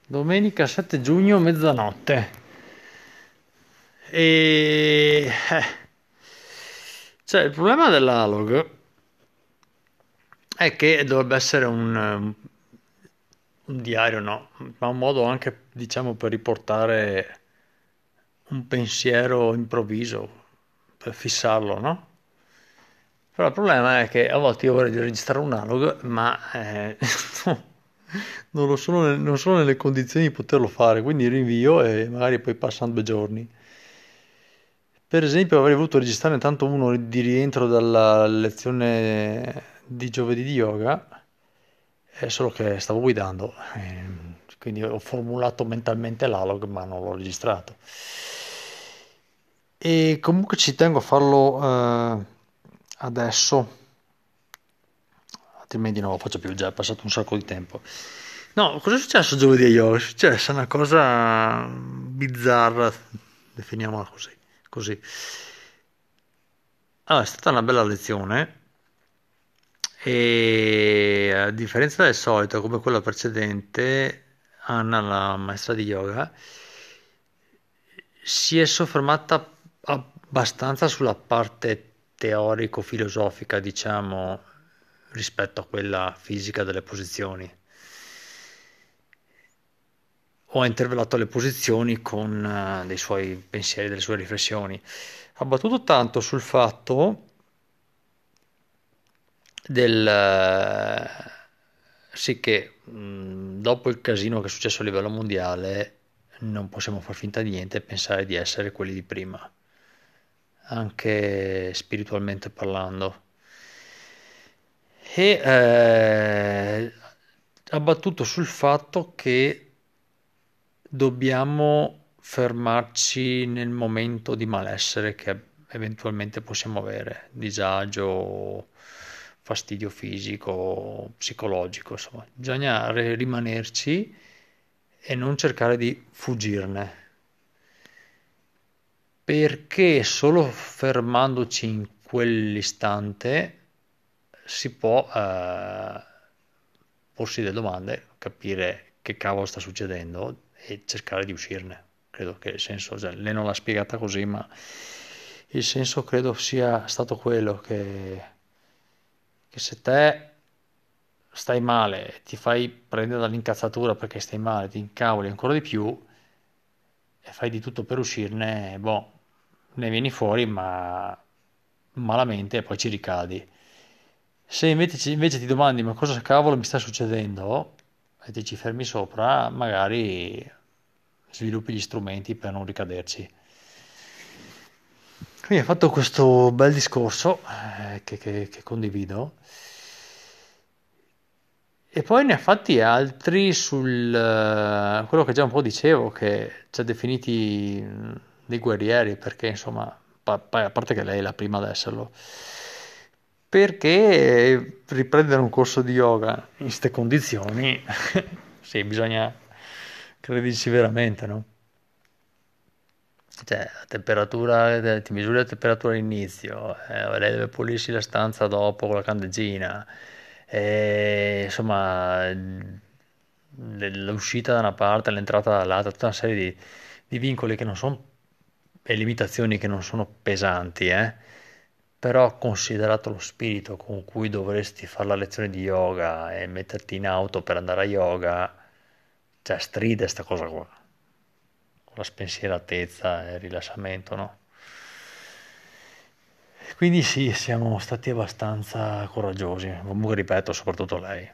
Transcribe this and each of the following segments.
Domenica 7 giugno, mezzanotte. E... Cioè, il problema dell'Alog è che dovrebbe essere un diario, no? Ma un modo anche, diciamo, per riportare un pensiero improvviso, per fissarlo, no? Però il problema è che a volte io vorrei registrare un analog, ma no, non sono nelle condizioni di poterlo fare, quindi rinvio e magari poi passano 2 giorni. Per esempio, avrei voluto registrare intanto uno di rientro dalla lezione di giovedì di yoga, solo che stavo guidando, quindi ho formulato mentalmente l'alog, ma non l'ho registrato. E comunque ci tengo a farlo adesso, altrimenti non lo faccio più, già è passato un sacco di tempo. No, cosa è successo giovedì a yoga? È successa una cosa bizzarra, definiamola così. Così. Allora, è stata una bella lezione e a differenza del solito, come quella precedente, Anna, la maestra di yoga, si è soffermata abbastanza sulla parte teorico-filosofica, diciamo, rispetto a quella fisica delle posizioni. Ho intervelato le posizioni con dei suoi pensieri, delle sue riflessioni. Ha battuto tanto sul fatto sì che dopo il casino che è successo a livello mondiale non possiamo far finta di niente e pensare di essere quelli di prima, anche spiritualmente parlando. E ha battuto sul fatto che dobbiamo fermarci nel momento di malessere che eventualmente possiamo avere, disagio, fastidio fisico, psicologico, insomma, bisogna rimanerci e non cercare di fuggirne, perché solo fermandoci in quell'istante si può porsi delle domande, capire che cavolo sta succedendo e cercare di uscirne. Credo che il senso, cioè, lei non l'ha spiegata così, ma il senso credo sia stato quello che se te stai male, ti fai prendere dall'incazzatura perché stai male, ti incavoli ancora di più e fai di tutto per uscirne, boh, ne vieni fuori, ma malamente e poi ci ricadi. Se invece ti domandi ma cosa cavolo mi sta succedendo e ti ci fermi sopra, magari sviluppi gli strumenti per non ricaderci. Quindi ha fatto questo bel discorso che condivido e poi ne ha fatti altri sul quello che già un po' dicevo, che ci ha definiti dei guerrieri perché insomma, a parte che lei è la prima ad esserlo, perché riprendere un corso di yoga in queste condizioni, sì, bisogna crederci veramente, no? Cioè, la temperatura, ti misuri la temperatura all'inizio, lei deve pulirsi la stanza dopo con la candeggina, e, insomma, l'uscita da una parte, l'entrata dall'altra, tutta una serie di vincoli che non sono, e limitazioni che non sono pesanti, però considerato lo spirito con cui dovresti fare la lezione di yoga e metterti in auto per andare a yoga, cioè stride sta cosa qua, con la spensieratezza e il rilassamento, no? Quindi sì, siamo stati abbastanza coraggiosi, comunque ripeto, soprattutto lei.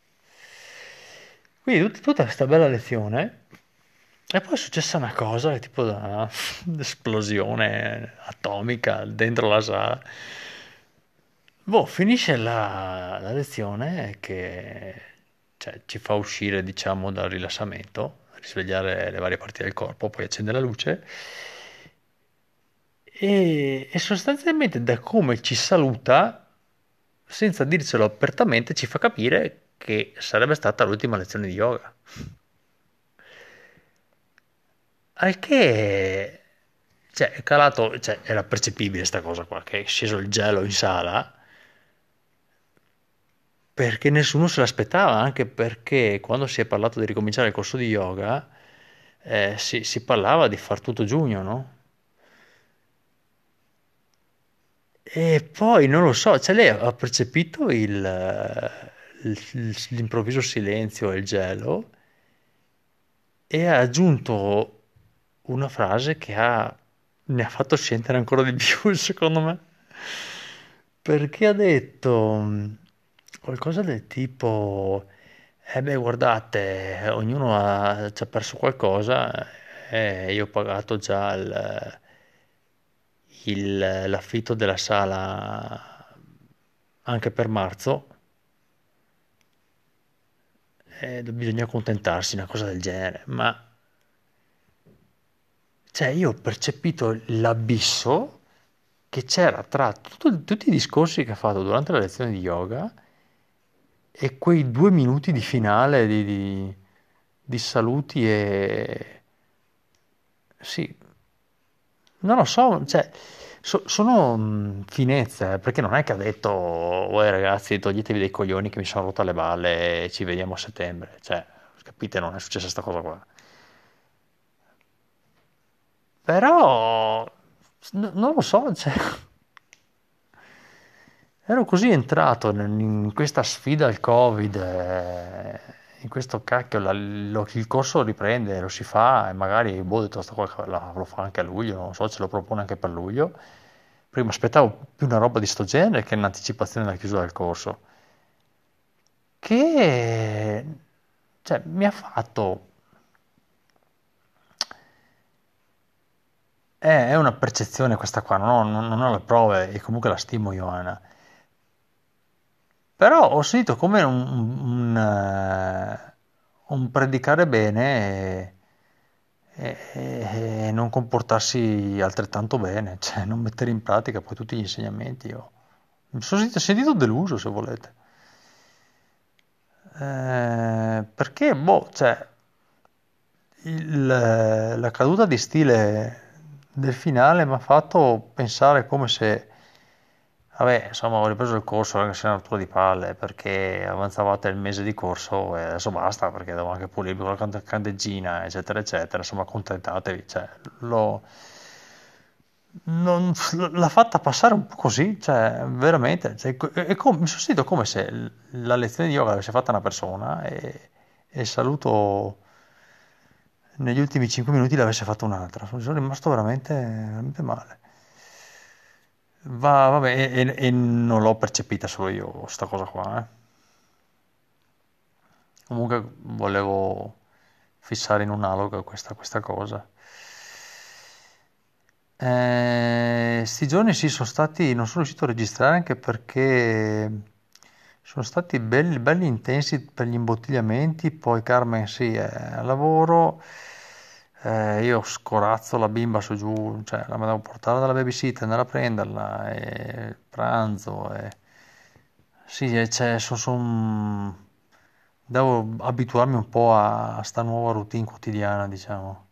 Quindi tutta questa bella lezione, e poi è successa una cosa, tipo un'esplosione atomica dentro la sala. Boh, finisce la lezione che cioè, ci fa uscire, diciamo, dal rilassamento, risvegliare le varie parti del corpo, poi accende la luce e sostanzialmente da come ci saluta, senza dircelo apertamente, ci fa capire che sarebbe stata l'ultima lezione di yoga. Al che, cioè, è calato, cioè, era percepibile sta cosa qua, che è sceso il gelo in sala perché nessuno se l'aspettava, anche perché quando si è parlato di ricominciare il corso di yoga, si parlava di far tutto giugno, no? E poi non lo so, cioè lei ha percepito l'improvviso silenzio e il gelo e ha aggiunto una frase ne ha fatto scendere ancora di più, secondo me. Perché ha detto qualcosa del tipo, eh beh, guardate, ci ha perso qualcosa e io ho pagato già l'affitto della sala anche per marzo e bisogna accontentarsi, una cosa del genere. Ma cioè, io ho percepito l'abisso che c'era tra tutti i discorsi che ha fatto durante la lezione di yoga e quei 2 minuti di finale di saluti e... Sì, non lo so, cioè, sono finezze, perché non è che ha detto, uè ragazzi, toglietevi dei coglioni che mi sono rotta le balle e ci vediamo a settembre. Cioè, capite, non è successa sta cosa qua. Però, non lo so, cioè, ero così entrato in questa sfida al Covid, in questo cacchio, il corso riprende, lo si fa e magari, boh, ho detto, sta qua lo fa anche a luglio, non so, ce lo propone anche per luglio. Prima aspettavo più una roba di sto genere che un'anticipazione della chiusura del corso, che, cioè, mi ha fatto, è una percezione questa qua, non ho le prove e comunque la stimo Ioana. Però ho sentito come un predicare bene e non comportarsi altrettanto bene, cioè non mettere in pratica poi tutti gli insegnamenti. Io mi sono sentito deluso, se volete. Perché, boh, cioè, la caduta di stile del finale mi ha fatto pensare come se, vabbè, insomma, ho ripreso il corso anche se è una rottura di palle, perché avanzavate il mese di corso e adesso basta, perché devo anche pulirmi con la candeggina, eccetera, eccetera, insomma, accontentatevi, cioè, l'ha fatta passare un po' così, cioè, veramente, cioè, mi sono sentito come se la lezione di yoga l'avesse fatta una persona e il saluto negli ultimi 5 minuti l'avesse fatto un'altra. Sono rimasto veramente, veramente male. Vabbè, e non l'ho percepita solo io, sta cosa qua, eh. Comunque volevo fissare in un'aloga questa cosa. Sti giorni sì, non sono riuscito a registrare anche perché sono stati belli, belli intensi per gli imbottigliamenti, poi Carmen sì, è al lavoro, io scorazzo la bimba su giù, cioè la devo portare dalla babysitter, andare a prenderla, e pranzo, sì, devo abituarmi un po' a sta nuova routine quotidiana, diciamo,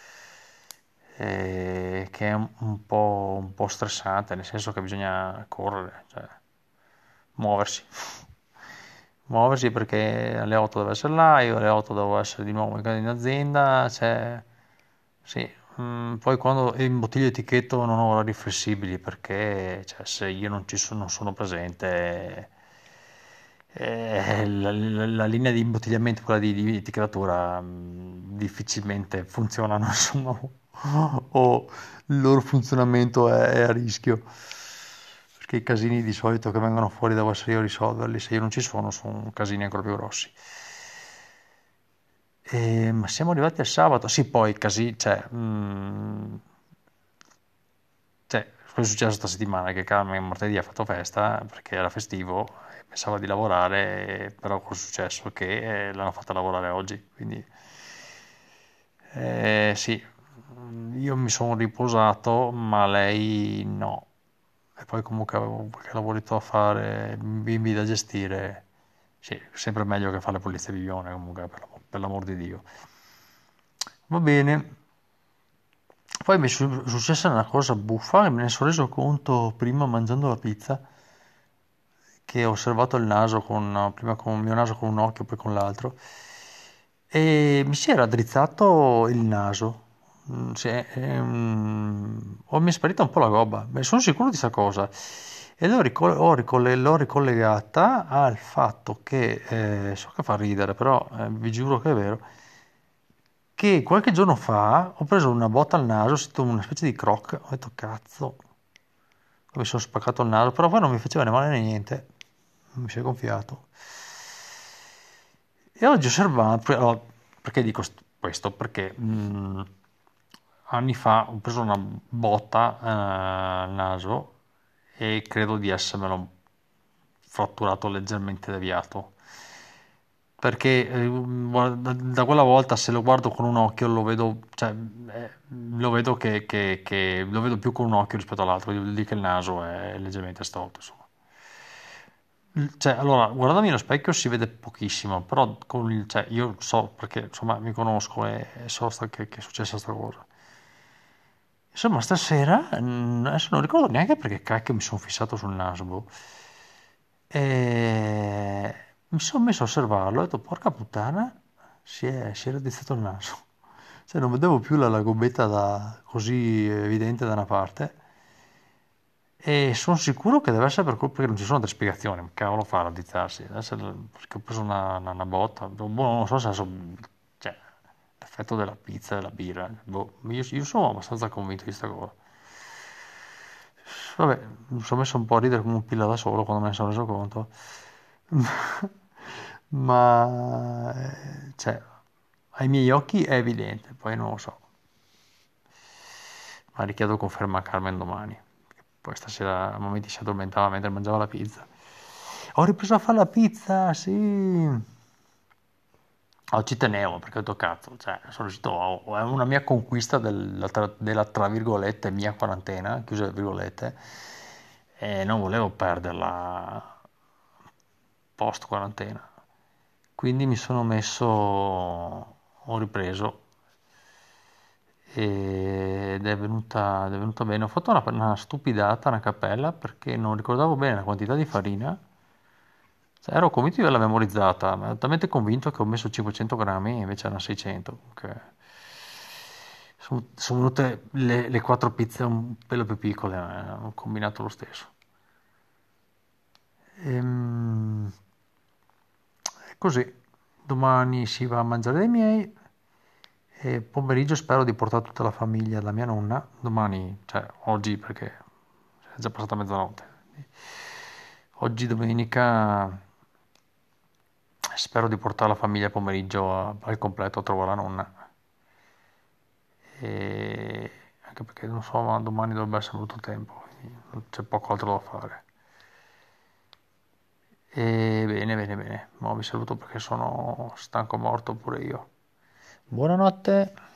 che è un po' stressante, nel senso che bisogna correre, cioè muoversi. Muoversi perché alle 8 devo essere là, io alle 8 devo essere di nuovo in azienda, cioè, sì, poi quando imbottiglio etichetto non ho orari flessibili perché cioè, se io non sono presente, la linea di imbottigliamento, quella di etichettatura, difficilmente funzionano, insomma, o il loro funzionamento è a rischio. Perché i casini di solito che vengono fuori devo essere io a risolverli, se io non ci sono casini ancora più grossi. Ma siamo arrivati al sabato, sì, poi casi, cioè, cosa è successo questa settimana? Che Carmen martedì ha fatto festa perché era festivo e pensava di lavorare, però cosa è successo? Che l'hanno fatta lavorare oggi, quindi sì, io mi sono riposato, ma lei no. E poi comunque avevo qualche lavoretto da fare, bimbi da gestire. Sì, sempre meglio che fare le pulizie biblione, comunque, per l'amor di Dio. Va bene. Poi mi è successa una cosa buffa e me ne sono reso conto prima mangiando la pizza, che ho osservato il naso prima con il mio naso con un occhio, poi con l'altro, e mi si era drizzato il naso. Mi è sparita un po' la gobba, ma sono sicuro di sta cosa. E l'ho ricollegata al fatto che, so che fa ridere, però vi giuro che è vero, che qualche giorno fa ho preso una botta al naso, ho sentito una specie di croc, ho detto cazzo, mi sono spaccato il naso, però poi non mi faceva né male né niente, non mi si è gonfiato. E oggi osservando, allora, perché dico questo? Perché anni fa ho preso una botta al naso e credo di essermelo fratturato leggermente deviato. Perché da quella volta se lo guardo con un occhio lo vedo, cioè, lo vedo lo vedo più con un occhio rispetto all'altro, vuol dire che il naso è leggermente storto, insomma. Cioè, allora, guardandomi allo specchio si vede pochissimo, però cioè, io so perché insomma mi conosco e so che è successa sta cosa. Insomma, stasera, adesso non ricordo neanche perché cacchio mi sono fissato sul naso, boh. E mi sono messo a osservarlo, ho detto, porca puttana, si è raddrizzato il naso. Cioè, non vedevo più la gommetta così evidente da una parte. E sono sicuro che deve essere per colpa che non ci sono delle spiegazioni. Che cavolo fa a raddrizzarsi? Deve essere perché ho preso una botta. Boh, non so se adesso, cioè, l'effetto della pizza e della birra. Boh, io sono abbastanza convinto di questa cosa. Vabbè, mi sono messo un po' a ridere come un pilla da solo quando me ne sono reso conto. Ma, cioè, ai miei occhi è evidente, poi non lo so. Ma richiedo conferma a Carmen domani. Poi stasera a momenti si addormentava mentre mangiava la pizza. Ho ripreso a fare la pizza, sì. Ci tenevo perché ho detto cazzo, cioè, sono riuscito, è una mia conquista della tra virgolette mia quarantena, chiuse le virgolette, e non volevo perderla post quarantena. Quindi mi sono messo, ho ripreso ed è venuta bene. Ho fatto una stupidata, una cappella, perché non ricordavo bene la quantità di farina. Cioè, ero convinto di averla memorizzata, ma ero talmente convinto che ho messo 500 grammi e invece erano 600. Comunque, sono venute le quattro pizze un pelo più piccole, ho combinato lo stesso. Ehm, così, domani si va a mangiare dai miei e pomeriggio spero di portare tutta la famiglia da mia nonna. Domani, cioè oggi perché è già passata mezzanotte. Oggi domenica spero di portare la famiglia il pomeriggio al completo a trovare la nonna. E anche perché non so, ma domani dovrebbe essere brutto tempo, quindi c'è poco altro da fare. E bene, bene, bene. Ma vi saluto perché sono stanco morto pure io. Buonanotte.